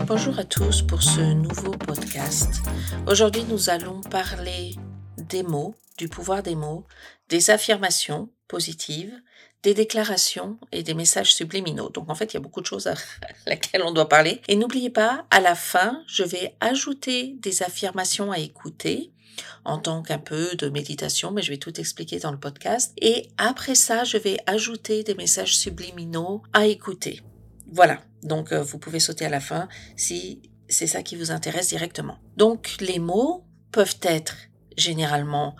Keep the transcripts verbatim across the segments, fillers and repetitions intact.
Bonjour à tous pour ce nouveau podcast. Aujourd'hui, nous allons parler des mots, du pouvoir des mots, des affirmations positives, des déclarations et des messages subliminaux. Donc en fait, il y a beaucoup de choses à laquelle on doit parler. Et n'oubliez pas, à la fin, je vais ajouter des affirmations à écouter en tant qu'un peu de méditation, mais je vais tout expliquer dans le podcast. Et après ça, je vais ajouter des messages subliminaux à écouter. Voilà, donc euh, vous pouvez sauter à la fin si c'est ça qui vous intéresse directement. Donc les mots peuvent être généralement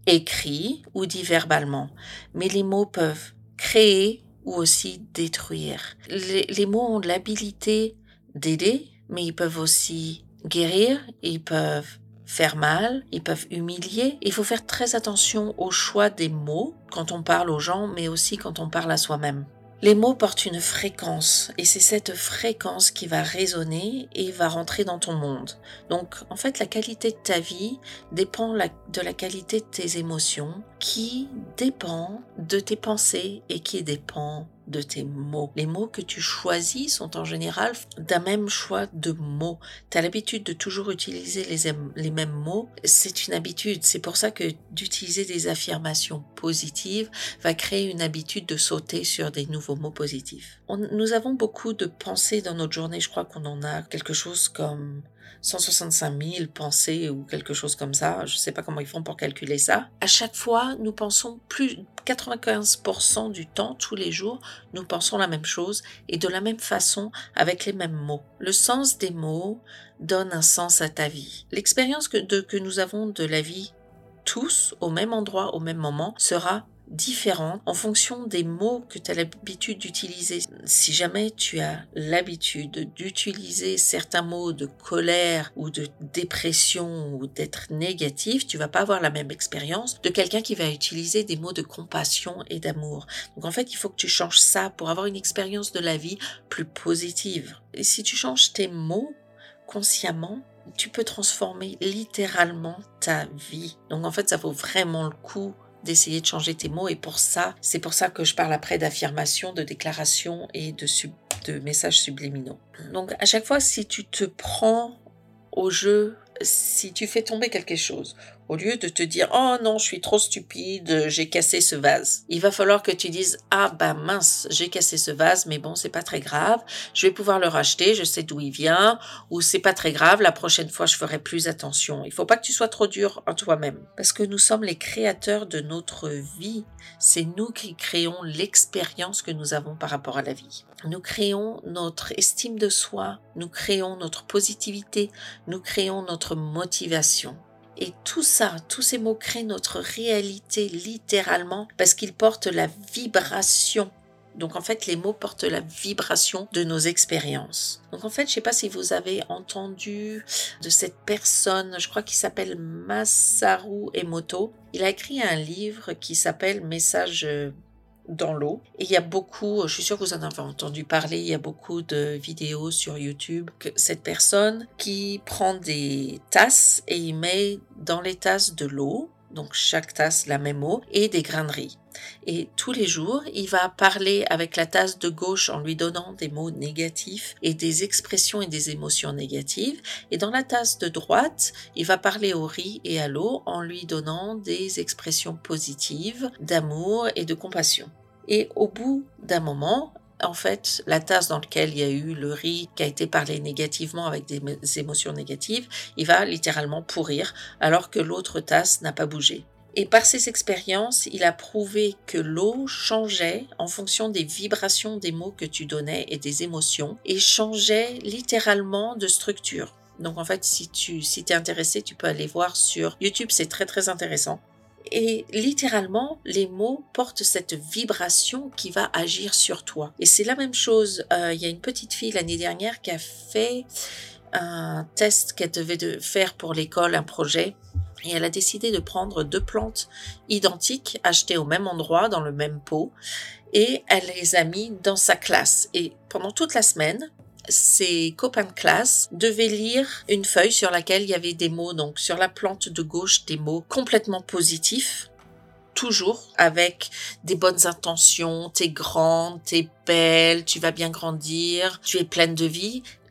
écrits ou dits verbalement, mais les mots peuvent créer ou aussi détruire. Les, les mots ont l'habilité d'aider, mais ils peuvent aussi guérir, ils peuvent faire mal, ils peuvent humilier. Il faut faire très attention au choix des mots quand on parle aux gens, mais aussi quand on parle à soi-même. Les mots portent une fréquence et c'est cette fréquence qui va résonner et va rentrer dans ton monde. Donc en fait la qualité de ta vie dépend la, de la qualité de tes émotions qui dépend de tes pensées et qui dépend de tes mots. Les mots que tu choisis sont en général d'un même choix de mots. Tu as l'habitude de toujours utiliser les, les mêmes mots. C'est une habitude. C'est pour ça que d'utiliser des affirmations positives va créer une habitude de sauter sur des nouveaux mots positifs. On, nous avons beaucoup de pensées dans notre journée. Je crois qu'on en a quelque chose comme cent soixante-cinq mille pensées ou quelque chose comme ça. Je ne sais pas comment ils font pour calculer ça. À chaque fois, nous pensons plus, quatre-vingt-quinze pour cent du temps, tous les jours, nous pensons la même chose et de la même façon avec les mêmes mots. Le sens des mots donne un sens à ta vie. L'expérience que, de, que nous avons de la vie, tous, au même endroit, au même moment, sera différente en fonction des mots que tu as l'habitude d'utiliser. Si jamais tu as l'habitude d'utiliser certains mots de colère ou de dépression ou d'être négatif, tu vas pas avoir la même expérience de quelqu'un qui va utiliser des mots de compassion et d'amour. Donc en fait, il faut que tu changes ça pour avoir une expérience de la vie plus positive. Et si tu changes tes mots consciemment, tu peux transformer littéralement ta vie. Donc en fait, ça vaut vraiment le coup d'essayer de changer tes mots et pour ça, c'est pour ça que je parle après d'affirmations, de déclarations et de, sub, de messages subliminaux. Donc à chaque fois, si tu te prends au jeu, si tu fais tomber quelque chose, au lieu de te dire « Oh non, je suis trop stupide, j'ai cassé ce vase », il va falloir que tu dises « Ah bah mince, j'ai cassé ce vase, mais bon, c'est pas très grave, je vais pouvoir le racheter, je sais d'où il vient, ou c'est pas très grave, la prochaine fois, je ferai plus attention. » Il faut pas que tu sois trop dur en toi-même, parce que nous sommes les créateurs de notre vie. C'est nous qui créons l'expérience que nous avons par rapport à la vie. Nous créons notre estime de soi, nous créons notre positivité, nous créons notre motivation. Et tout ça, tous ces mots créent notre réalité littéralement parce qu'ils portent la vibration. Donc en fait, les mots portent la vibration de nos expériences. Donc en fait, je ne sais pas si vous avez entendu de cette personne, je crois qu'il s'appelle Masaru Emoto. Il a écrit un livre qui s'appelle Message dans l'eau. Et il y a beaucoup, je suis sûre que vous en avez entendu parler, il y a beaucoup de vidéos sur YouTube que cette personne qui prend des tasses et il met dans les tasses de l'eau, donc chaque tasse la même eau, et des grains de riz. Et tous les jours, il va parler avec la tasse de gauche en lui donnant des mots négatifs et des expressions et des émotions négatives. Et dans la tasse de droite, il va parler au riz et à l'eau en lui donnant des expressions positives, d'amour et de compassion. Et au bout d'un moment, en fait, la tasse dans laquelle il y a eu le riz qui a été parlé négativement avec des émotions négatives, il va littéralement pourrir alors que l'autre tasse n'a pas bougé. Et par ces expériences, il a prouvé que l'eau changeait en fonction des vibrations des mots que tu donnais et des émotions et changeait littéralement de structure. Donc en fait, si tu si t'es intéressé, tu peux aller voir sur YouTube, c'est très très intéressant. Et littéralement, les mots portent cette vibration qui va agir sur toi. Et c'est la même chose, euh, il y a une petite fille l'année dernière qui a fait un test qu'elle devait de faire pour l'école, un projet. Et elle a décidé de prendre deux plantes identiques, achetées au même endroit, dans le même pot, et elle les a mis dans sa classe. Et pendant toute la semaine, ses copains de classe devaient lire une feuille sur laquelle il y avait des mots, donc sur la plante de gauche, des mots complètement positifs, toujours avec des bonnes intentions, t'es grande, t'es belle, tu vas bien grandir, tu es pleine de vie.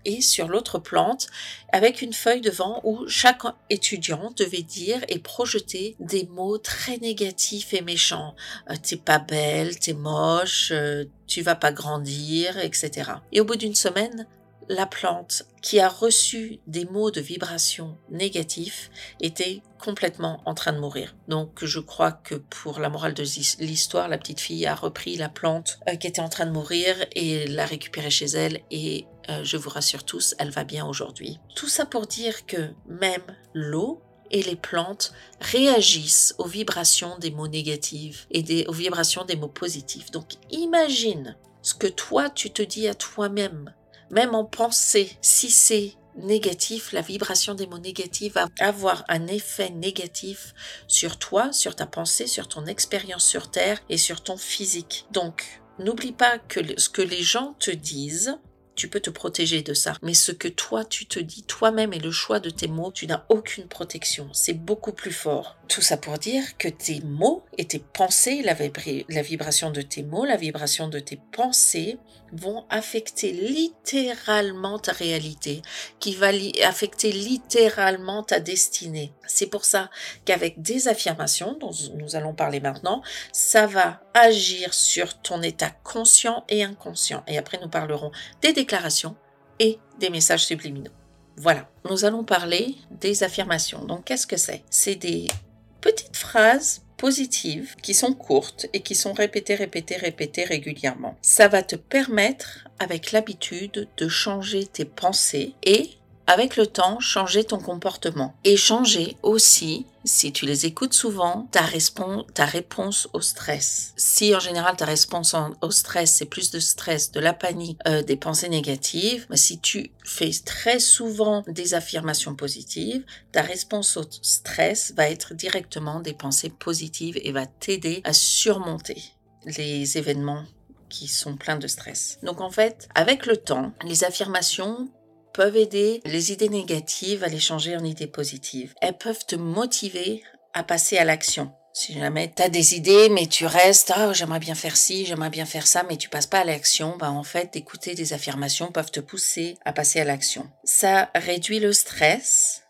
et sur l'autre plante avec une feuille devant où chaque étudiant devait dire et projeter des mots très négatifs et méchants. Euh, t'es pas belle, t'es moche, euh, tu vas pas grandir, et cetera. Et au bout d'une semaine, la plante qui a reçu des mots de vibration négatifs était complètement en train de mourir. Donc je crois que pour la morale de l'histoire, la petite fille a repris la plante euh, qui était en train de mourir et l'a récupérée chez elle et euh, je vous rassure tous, elle va bien aujourd'hui. Tout ça pour dire que même l'eau et les plantes réagissent aux vibrations des mots négatifs et des, aux vibrations des mots positifs. Donc imagine ce que toi tu te dis à toi-même. Même en pensée, si c'est négatif, la vibration des mots négatifs va avoir un effet négatif sur toi, sur ta pensée, sur ton expérience sur Terre et sur ton physique. Donc, n'oublie pas que ce que les gens te disent, tu peux te protéger de ça. Mais ce que toi, tu te dis toi-même et le choix de tes mots, tu n'as aucune protection. C'est beaucoup plus fort. Tout ça pour dire que tes mots et tes pensées, la, vibra- la vibration de tes mots, la vibration de tes pensées vont affecter littéralement ta réalité, qui va li- affecter littéralement ta destinée. C'est pour ça qu'avec des affirmations, dont nous allons parler maintenant, ça va agir sur ton état conscient et inconscient. Et après, nous parlerons des déclarations et des messages subliminaux. Voilà, nous allons parler des affirmations. Donc, qu'est-ce que c'est? C'est des petites phrases positives qui sont courtes et qui sont répétées, répétées, répétées régulièrement. Ça va te permettre, avec l'habitude, de changer tes pensées et, avec le temps, changer ton comportement. Et changer aussi, si tu les écoutes souvent, ta, respons- ta réponse au stress. Si en général ta réponse en- au stress, c'est plus de stress, de la panique, euh, des pensées négatives, bah, si tu fais très souvent des affirmations positives, ta réponse au stress va être directement des pensées positives et va t'aider à surmonter les événements qui sont pleins de stress. Donc en fait, avec le temps, les affirmations peuvent aider les idées négatives à les changer en idées positives. Elles peuvent te motiver à passer à l'action. Si jamais tu as des idées, mais tu restes, ah, j'aimerais bien faire ci, j'aimerais bien faire ça, mais tu passes pas à l'action, bah, en fait, d'écouter des affirmations peuvent te pousser à passer à l'action. Ça réduit le stress.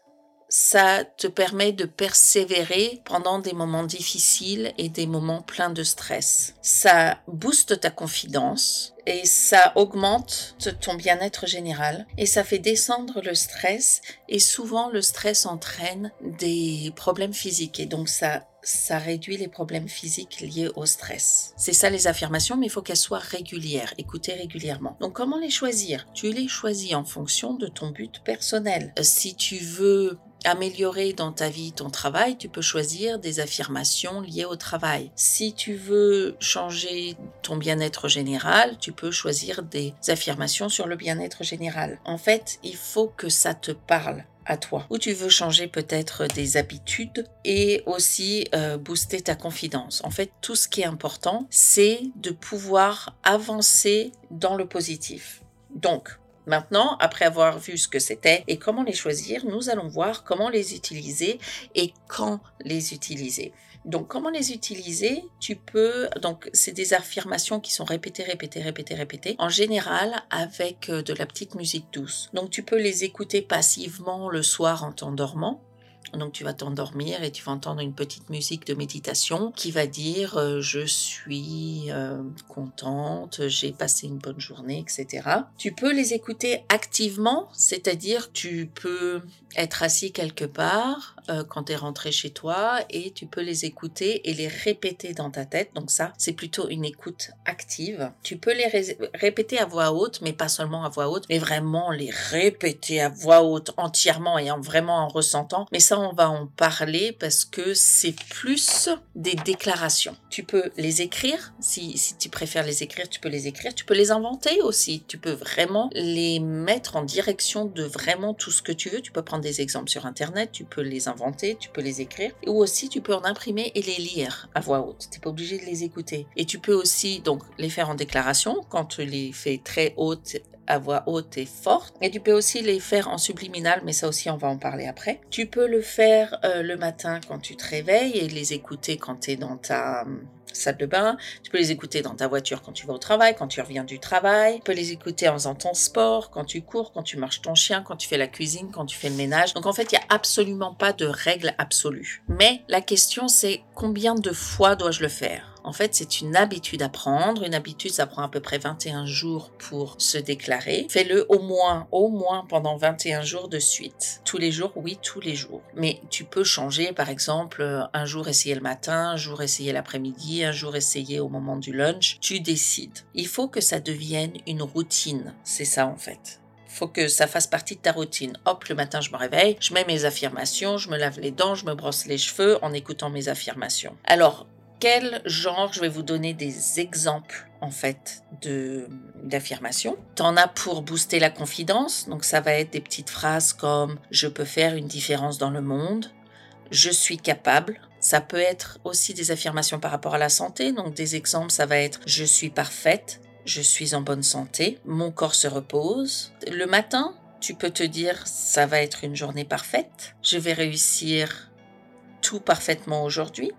Ça te permet de persévérer pendant des moments difficiles et des moments pleins de stress. Ça booste ta confiance et ça augmente ton bien-être général et ça fait descendre le stress et souvent le stress entraîne des problèmes physiques et donc ça ça réduit les problèmes physiques liés au stress. C'est ça les affirmations, mais il faut qu'elles soient régulières, écoutées régulièrement. Donc comment les choisir? Tu les choisis en fonction de ton but personnel. Si tu veux améliorer dans ta vie ton travail, tu peux choisir des affirmations liées au travail. Si tu veux changer ton bien-être général, tu peux choisir des affirmations sur le bien-être général. En fait, il faut que ça te parle à toi. Ou tu veux changer peut-être des habitudes et aussi euh, booster ta confiance. En fait, tout ce qui est important, c'est de pouvoir avancer dans le positif. Donc, maintenant, après avoir vu ce que c'était et comment les choisir, nous allons voir comment les utiliser et quand les utiliser. Donc, comment les utiliser? Tu peux, donc, c'est des affirmations qui sont répétées, répétées, répétées, répétées, en général avec de la petite musique douce. Donc, tu peux les écouter passivement le soir en t'endormant. Donc tu vas t'endormir et tu vas entendre une petite musique de méditation qui va dire euh, je suis euh, contente, j'ai passé une bonne journée, et cetera. Tu peux les écouter activement, c'est-à-dire tu peux être assis quelque part euh, quand tu es rentré chez toi et tu peux les écouter et les répéter dans ta tête. Donc ça, c'est plutôt une écoute active. Tu peux les ré- répéter à voix haute, mais pas seulement à voix haute, mais vraiment les répéter à voix haute entièrement et en vraiment en ressentant. Mais ça, on va en parler parce que c'est plus des déclarations. Tu peux les écrire, si, si tu préfères les écrire, tu peux les écrire. Tu peux les inventer aussi. Tu peux vraiment les mettre en direction de vraiment tout ce que tu veux. Tu peux prendre des exemples sur Internet, tu peux les inventer, tu peux les écrire. Ou aussi, tu peux en imprimer et les lire à voix haute. Tu n'es pas obligé de les écouter. Et tu peux aussi donc les faire en déclaration quand tu les fais très hautes, à voix haute et forte. Et tu peux aussi les faire en subliminal, mais ça aussi on va en parler après. Tu peux le faire euh, le matin quand tu te réveilles et les écouter quand tu es dans ta salle de bain, tu peux les écouter dans ta voiture quand tu vas au travail, quand tu reviens du travail, tu peux les écouter en faisant ton sport, quand tu cours, quand tu marches ton chien, quand tu fais la cuisine, quand tu fais le ménage. Donc en fait, il n'y a absolument pas de règle absolue. Mais la question, c'est combien de fois dois-je le faire ? En fait, c'est une habitude à prendre. Une habitude, ça prend à peu près vingt et un jours pour se déclarer. Fais-le au moins, au moins pendant vingt et un jours de suite. Tous les jours, oui, tous les jours. Mais tu peux changer, par exemple, un jour essayer le matin, un jour essayer l'après-midi, un jour essayer au moment du lunch. Tu décides. Il faut que ça devienne une routine. C'est ça, en fait. Faut que ça fasse partie de ta routine. Hop, le matin, je me réveille, je mets mes affirmations, je me lave les dents, je me brosse les cheveux en écoutant mes affirmations. Alors, quel genre? Je vais vous donner des exemples en fait de d'affirmations. T'en as pour booster la confiance, donc ça va être des petites phrases comme je peux faire une différence dans le monde, je suis capable. Ça peut être aussi des affirmations par rapport à la santé, donc des exemples, ça va être je suis parfaite, je suis en bonne santé, mon corps se repose. Le matin, tu peux te dire ça va être une journée parfaite, je vais réussir tout parfaitement aujourd'hui.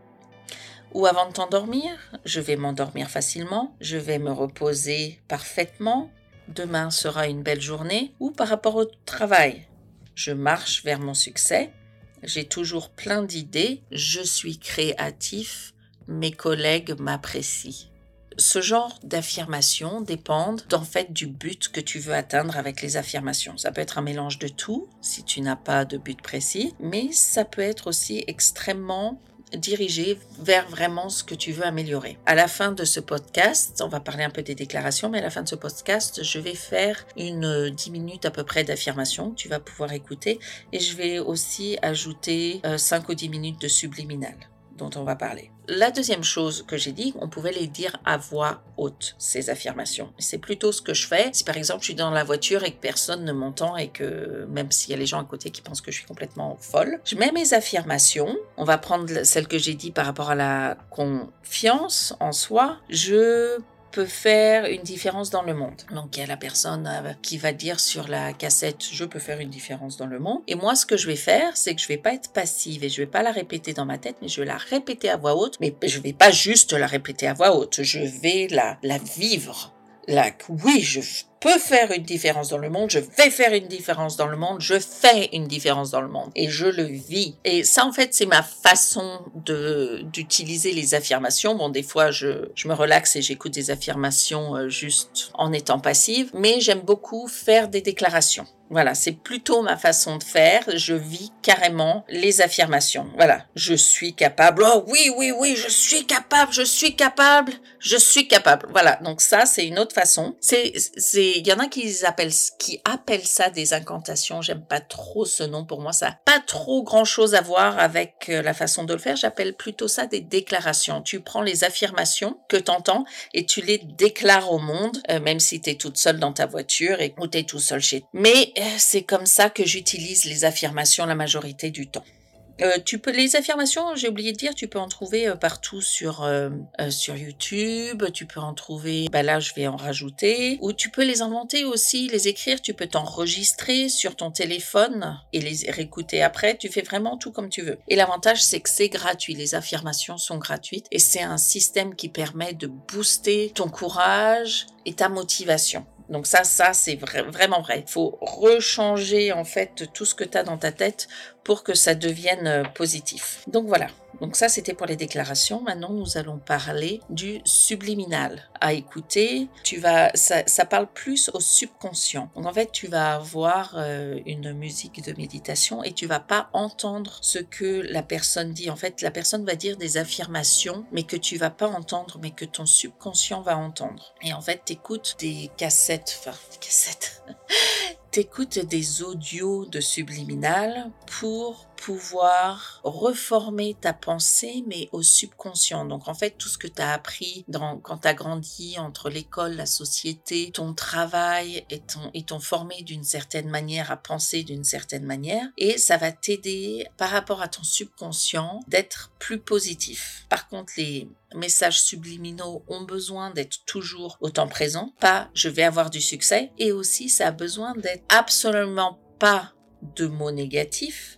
Ou avant de t'endormir, je vais m'endormir facilement, je vais me reposer parfaitement, demain sera une belle journée. Ou par rapport au travail, je marche vers mon succès, j'ai toujours plein d'idées, je suis créatif, mes collègues m'apprécient. Ce genre d'affirmations dépendent en fait du but que tu veux atteindre avec les affirmations. Ça peut être un mélange de tout si tu n'as pas de but précis, mais ça peut être aussi extrêmement dirigé vers vraiment ce que tu veux améliorer. À la fin de ce podcast, on va parler un peu des déclarations, mais à la fin de ce podcast, je vais faire une dix minutes à peu près d'affirmations que tu vas pouvoir écouter et je vais aussi ajouter euh, cinq ou dix minutes de subliminal dont on va parler. La deuxième chose que j'ai dit, on pouvait les dire à voix haute, ces affirmations. C'est plutôt ce que je fais. Si par exemple je suis dans la voiture et que personne ne m'entend et que même s'il y a les gens à côté qui pensent que je suis complètement folle, je mets mes affirmations. On va prendre celle que j'ai dit par rapport à la confiance en soi. Je peut faire une différence dans le monde. Donc il y a la personne euh, qui va dire sur la cassette je peux faire une différence dans le monde et moi ce que je vais faire c'est que je vais pas être passive et je vais pas la répéter dans ma tête mais je vais la répéter à voix haute, mais je vais pas juste la répéter à voix haute, je vais la, la vivre. Là, oui, je peux faire une différence dans le monde, je vais faire une différence dans le monde, je fais une différence dans le monde et je le vis. Et ça, en fait, c'est ma façon de d'utiliser les affirmations. Bon, des fois, je, je me relaxe et j'écoute des affirmations euh, juste en étant passive, mais j'aime beaucoup faire des déclarations. Voilà, c'est plutôt ma façon de faire. Je vis carrément les affirmations. Voilà, je suis capable. Oh oui, oui, oui, je suis capable, je suis capable, je suis capable. Voilà, donc ça, c'est une autre façon. C'est, c'est, il y en a qui appellent, qui appellent ça des incantations. J'aime pas trop ce nom. Pour moi, ça n'a pas trop grand-chose à voir avec la façon de le faire. J'appelle plutôt ça des déclarations. Tu prends les affirmations que t'entends et tu les déclares au monde, euh, même si t'es toute seule dans ta voiture et, ou t'es tout seul chez toi. Mais c'est comme ça que j'utilise les affirmations la majorité du temps. Euh, tu peux les affirmations, j'ai oublié de dire, tu peux en trouver euh, partout sur euh, euh, sur YouTube. Tu peux en trouver. Bah là, je vais en rajouter. Ou tu peux les inventer aussi, les écrire. Tu peux t'enregistrer sur ton téléphone et les réécouter après. Tu fais vraiment tout comme tu veux. Et l'avantage, c'est que c'est gratuit. Les affirmations sont gratuites et c'est un système qui permet de booster ton courage et ta motivation. Donc ça, ça c'est vra- vraiment vrai. Il faut rechanger en fait tout ce que tu as dans ta tête pour que ça devienne euh, positif. Donc voilà. Donc ça, c'était pour les déclarations. Maintenant, nous allons parler du subliminal. À écouter, tu vas, ça, ça parle plus au subconscient. Donc en fait, tu vas avoir euh, une musique de méditation et tu vas pas entendre ce que la personne dit. En fait, la personne va dire des affirmations, mais que tu vas pas entendre, mais que ton subconscient va entendre. Et en fait, t'écoutes des cassettes, enfin, des cassettes... T'écoutes des audios de subliminal pour pouvoir reformer ta pensée, mais au subconscient. Donc, en fait, tout ce que tu as appris dans, quand tu as grandi entre l'école, la société, ton travail, et ton, et t'ont formé d'une certaine manière à penser d'une certaine manière. Et ça va t'aider, par rapport à ton subconscient, d'être plus positif. Par contre, les messages subliminaux ont besoin d'être toujours au temps présent. Pas « je vais avoir du succès ». Et aussi, ça a besoin d'être absolument pas de mots négatifs.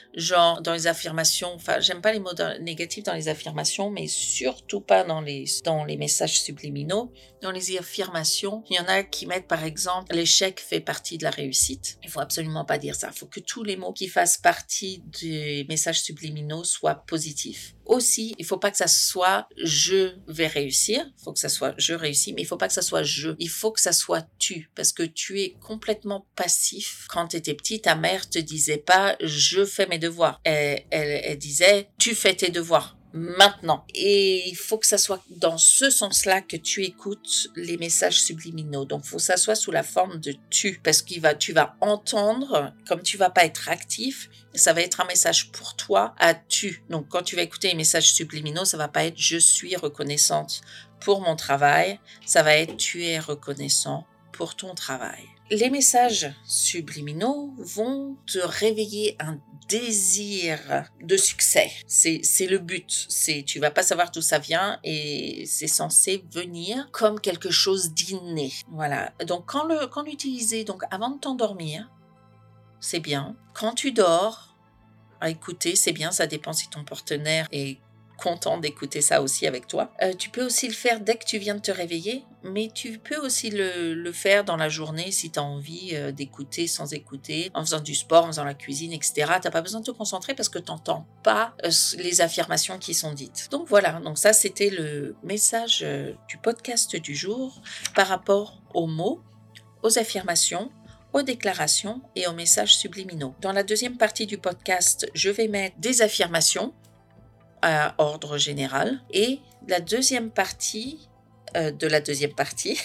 genre dans les affirmations, enfin j'aime pas les mots dans- négatifs dans les affirmations, mais surtout pas dans les, dans les messages subliminaux. Dans les affirmations, il y en a qui mettent par exemple l'échec fait partie de la réussite. Il faut absolument pas dire ça. Il faut que tous les mots qui fassent partie des messages subliminaux soient positifs. Aussi, il faut pas que ça soit je vais réussir, il faut que ça soit je réussis, mais il faut pas que ça soit je, il faut que ça soit tu, parce que tu es complètement passif. Quand tu étais petit, ta mère te disait pas je fais mes devoirs, elle, elle, elle disait tu fais tes devoirs maintenant. Et il faut que ça soit dans ce sens-là que tu écoutes les messages subliminaux. Donc, il faut que ça soit sous la forme de tu, parce qu'il va, tu vas entendre, comme tu vas pas être actif, ça va être un message pour toi à tu. Donc, quand tu vas écouter les messages subliminaux, ça va pas être je suis reconnaissante pour mon travail, ça va être tu es reconnaissant pour ton travail. Les messages subliminaux vont te réveiller un désir de succès. C'est, c'est le but. C'est, tu vas pas savoir d'où ça vient et c'est censé venir comme quelque chose d'inné. Voilà. Donc, quand le, quand l'utiliser, donc avant de t'endormir, c'est bien. Quand tu dors, à écouter, c'est bien. Ça dépend si ton partenaire est content d'écouter ça aussi avec toi. Euh, tu peux aussi le faire dès que tu viens de te réveiller, mais tu peux aussi le, le faire dans la journée si tu as envie euh, d'écouter sans écouter, en faisant du sport, en faisant la cuisine, et cetera. Tu n'as pas besoin de te concentrer parce que tu n'entends pas euh, les affirmations qui sont dites. Donc voilà, donc ça c'était le message euh, du podcast du jour par rapport aux mots, aux affirmations, aux déclarations et aux messages subliminaux. Dans la deuxième partie du podcast, je vais mettre des affirmations à ordre général. Et la deuxième partie euh, de la deuxième partie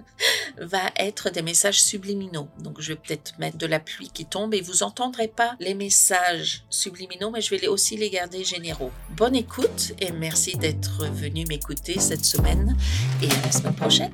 va être des messages subliminaux. Donc, je vais peut-être mettre de la pluie qui tombe et vous n'entendrez pas les messages subliminaux, mais je vais aussi les garder généraux. Bonne écoute et merci d'être venu m'écouter cette semaine et à la semaine prochaine.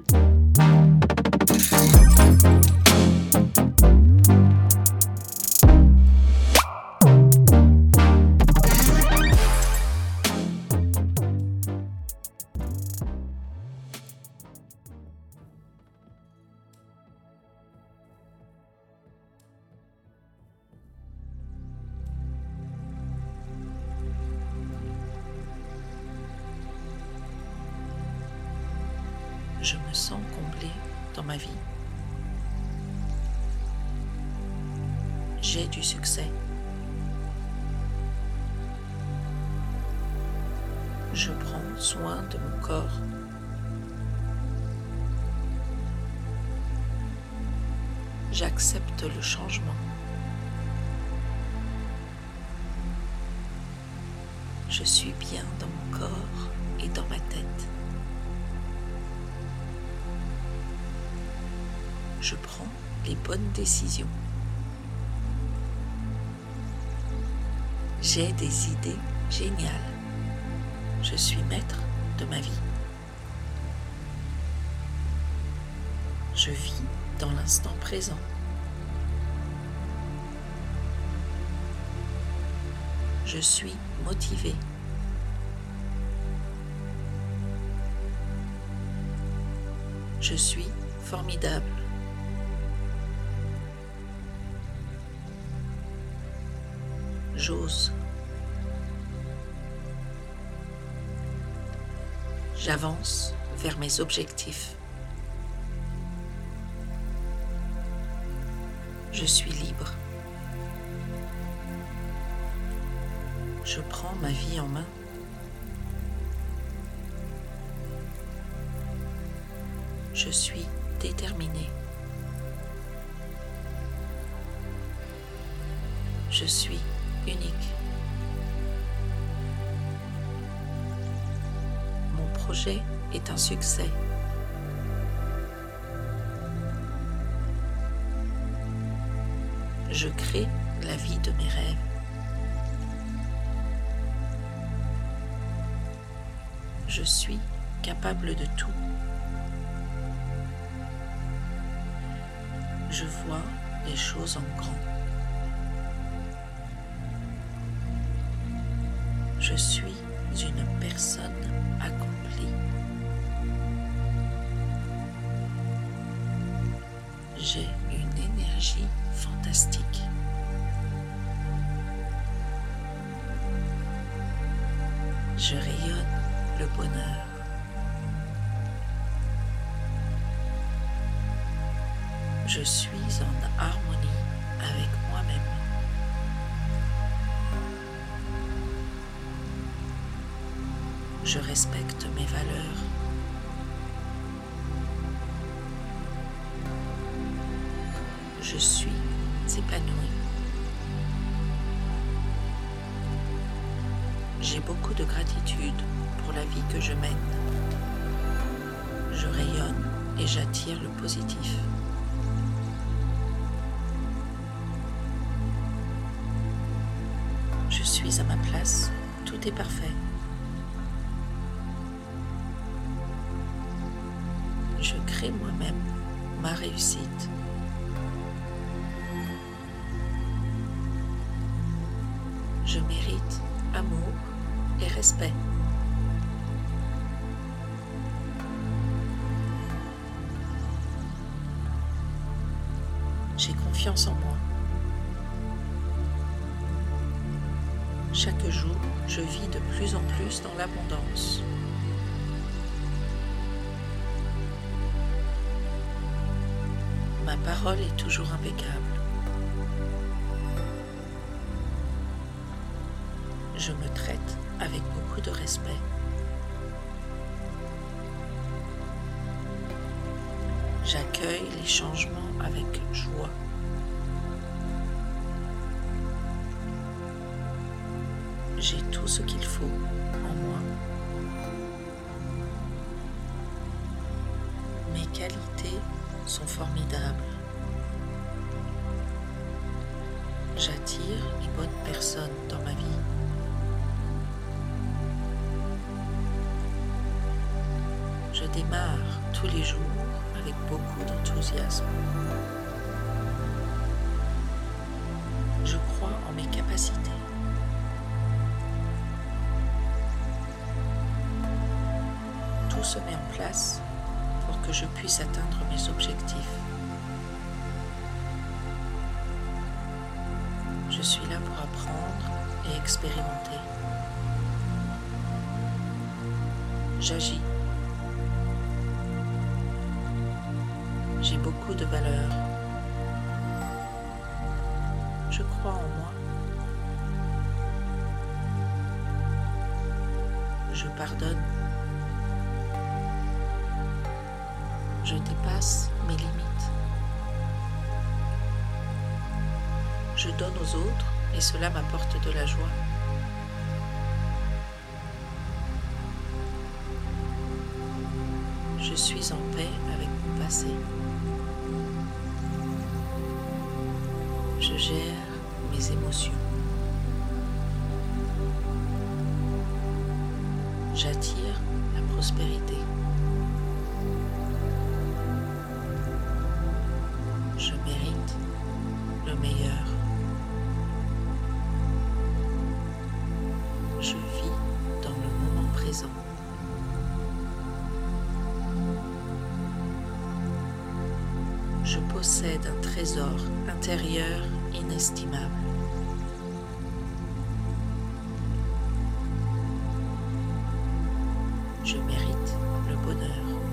Je me sens comblée dans ma vie. J'ai du succès. Je prends soin de mon corps. J'accepte le changement. Je suis bien dans mon corps et dans ma tête. Je prends les bonnes décisions. J'ai des idées géniales. Je suis maître de ma vie. Je vis dans l'instant présent. Je suis motivé. Je suis formidable. J'ose. J'avance vers mes objectifs. Je suis libre. Je prends ma vie en main. Je suis déterminé. Je suis unique. Mon projet est un succès. Je crée la vie de mes rêves. Je suis capable de tout. Je vois les choses en grand. Je suis une personne accomplie. J'ai une énergie fantastique. Je rayonne le bonheur. Je suis en harmonie avec moi-même. Je respecte mes valeurs. Je suis épanouie. J'ai beaucoup de gratitude pour la vie que je mène. Je rayonne et j'attire le positif. Je suis à ma place, tout est parfait. Je crée moi-même ma réussite. Je mérite amour et respect. J'ai confiance en moi. Chaque jour, je vis de plus en plus dans l'abondance. Ma parole est toujours impeccable. Je me traite avec beaucoup de respect. J'accueille les changements avec joie. J'ai tout ce qu'il faut en moi. Mes qualités sont formidables. J'attire les bonnes personnes dans ma vie. Je démarre tous les jours avec beaucoup d'enthousiasme. Je crois en mes capacités. Tout se met en place pour que je puisse atteindre mes objectifs. Je suis là pour apprendre et expérimenter. J'agis. J'ai beaucoup de valeurs. Je crois en moi. Je pardonne. Je dépasse mes limites. Je donne aux autres et cela m'apporte de la joie. Je suis en paix avec mon passé. Je gère mes émotions. J'attire la prospérité. Je mérite le meilleur. Je vis dans le moment présent. Je possède un trésor intérieur inestimable. Je mérite le bonheur.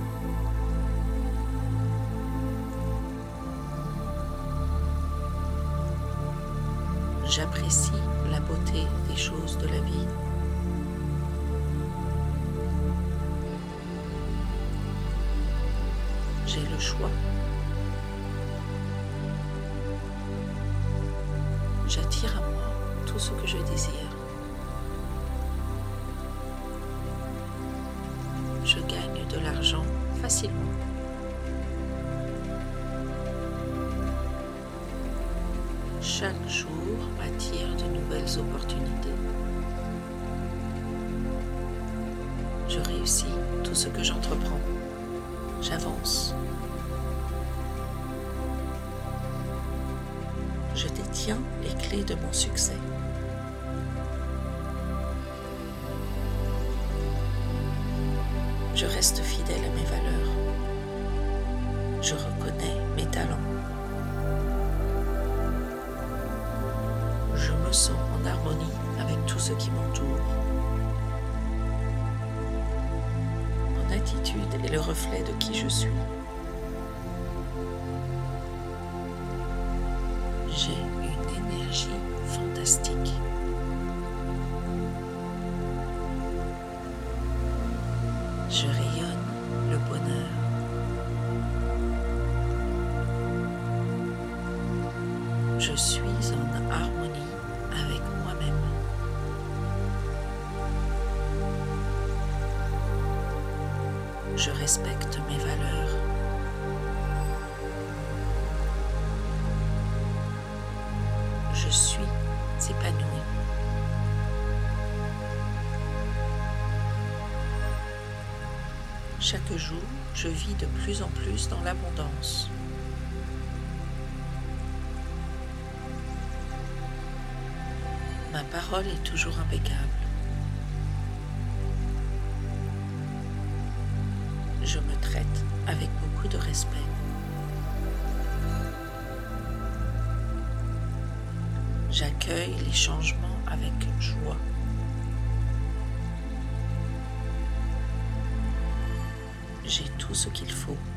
J'apprécie la beauté des choses de la vie. J'ai le choix. J'attire à moi tout ce que je désire. Je gagne de l'argent facilement. Chaque jour m'attire de nouvelles opportunités. Je réussis tout ce que j'entreprends. J'avance. Je détiens les clés de mon succès. Je reste fidèle à mes valeurs. Je reconnais mes talents. Je me sens en harmonie avec tout ce qui m'entoure. gratitude est le reflet de qui je suis. J'ai une énergie fantastique. Je rayonne le bonheur. Je suis en harmonie avec moi-même. Je respecte mes valeurs. Je suis épanouie. Chaque jour, je vis de plus en plus dans l'abondance. Ma parole est toujours impeccable. Je me traite avec beaucoup de respect. J'accueille les changements avec joie. J'ai tout ce qu'il faut